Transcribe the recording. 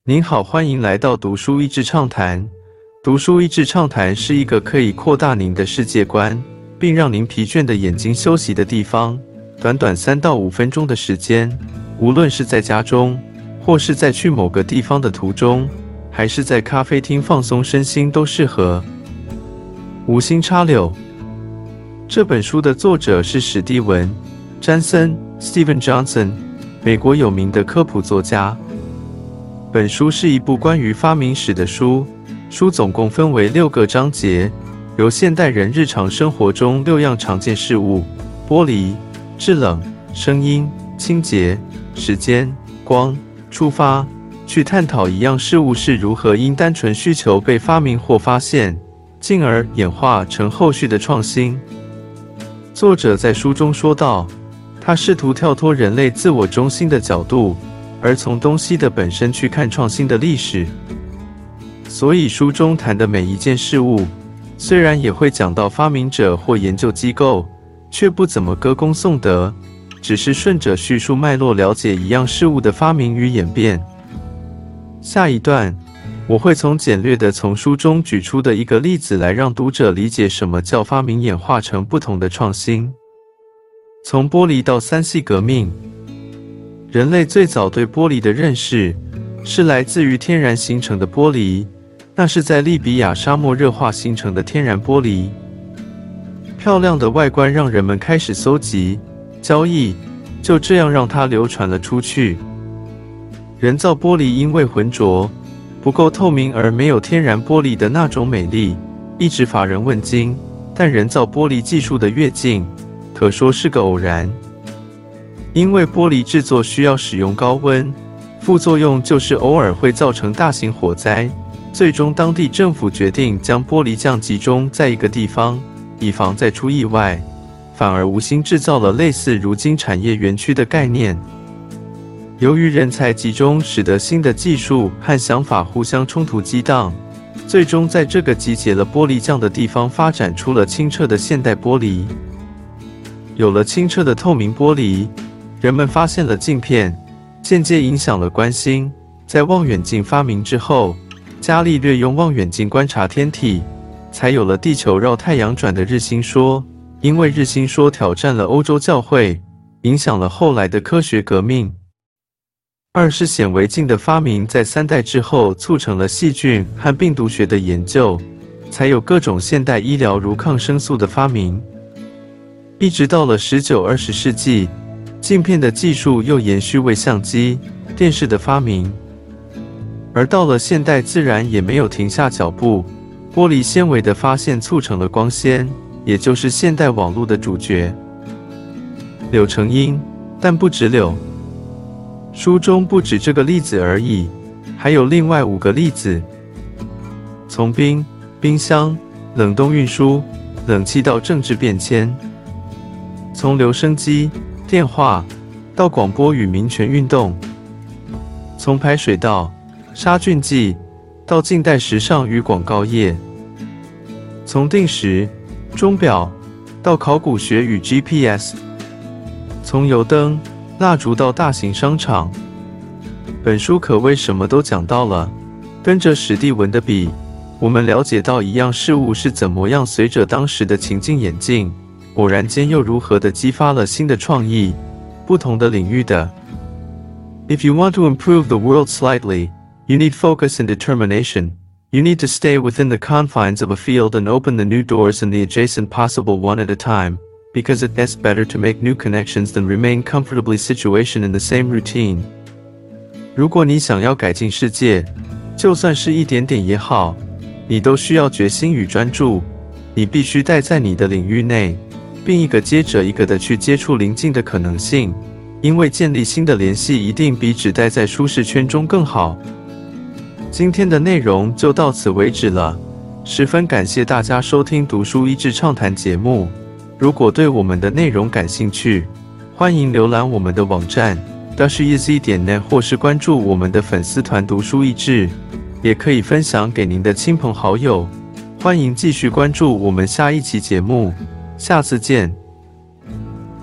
您好，欢迎来到读书益智畅谈。读书益智畅谈是一个可以扩大您的世界观，并让您疲倦的眼睛休息的地方。短短3到5分钟的时间，无论是在家中，或是在去某个地方的途中，还是在咖啡厅放松身心都适合。无心插柳。这本书的作者是史蒂文·詹森 （Steven Johnson）， 美国有名的科普作家。本书是一部关于发明史的书，书总共分为6个章节，由现代人日常生活中6样常见事物——玻璃、制冷、声音、清洁、时间、光出发，去探讨一样事物是如何因单纯需求被发明或发现，进而演化成后续的创新。作者在书中说道，他试图跳脱人类自我中心的角度，而从东西的本身去看创新的历史。所以书中谈的每一件事物，虽然也会讲到发明者或研究机构，却不怎么歌功颂德，只是顺着叙述脉络了解一样事物的发明与演变。下一段，我会简略地从书中举出的一个例子来让读者理解什么叫发明演化成不同的创新。从玻璃到3C革命，人类最早对玻璃的认识是来自于天然形成的玻璃，那是在利比亚沙漠热化形成的天然玻璃。漂亮的外观让人们开始搜集、交易，就这样让它流传了出去。人造玻璃因为浑浊、不够透明而没有天然玻璃的那种美丽，一直乏人问津。但人造玻璃技术的跃进，可说是个偶然。因为玻璃制作需要使用高温，副作用就是偶尔会造成大型火灾。最终当地政府决定将玻璃匠集中在一个地方，以防再出意外，反而无心制造了类似如今产业园区的概念。由于人才集中，使得新的技术和想法互相冲突激荡，最终在这个集结了玻璃匠的地方发展出了清澈的现代玻璃。有了清澈的透明玻璃，人们发现了镜片，间接影响了观星。在望远镜发明之后，伽利略用望远镜观察天体，才有了地球绕太阳转的日心说。因为日心说挑战了欧洲教会，影响了后来的科学革命。2是显微镜的发明，在3代之后促成了细菌和病毒学的研究，才有各种现代医疗如抗生素的发明。一直到了19、20世纪，镜片的技术又延续为相机、电视的发明。而到了现代，自然也没有停下脚步，玻璃纤维的发现促成了光纤，也就是现代网络的主角。柳成荫，但不止柳。书中不止这个例子而已，还有另外5个例子。从冰箱、冷冻运输、冷气到政治变迁，从留声机、电话到广播与民权运动，从排水道、杀菌剂到近代时尚与广告业，从定时、钟表到考古学与 GPS， 从油灯、蜡烛到大型商场。本书可谓什么都讲到了。跟着史蒂文的笔，我们了解到一样事物是怎么样随着当时的情境演进，偶然间又如何地激发了新的创意，不同的领域的。If you want to improve the world slightly, you need focus and determination. You need to stay within the confines of a field and open the new doors in the adjacent possible one at a time, because it's better to make new connections than remain comfortably situated in the same routine. 如果你想要改进世界，就算是一点点也好，你都需要决心与专注。你必须待在你的领域内，并一个接着一个的去接触邻近的可能性，因为建立新的联系一定比只待在舒适圈中更好。今天的内容就到此为止了，十分感谢大家收听读书益智畅谈节目。如果对我们的内容感兴趣，欢迎浏览我们的网站dashiz.net 或是关注我们的粉丝团读书益智，也可以分享给您的亲朋好友。欢迎继续关注我们下一期节目，下次见。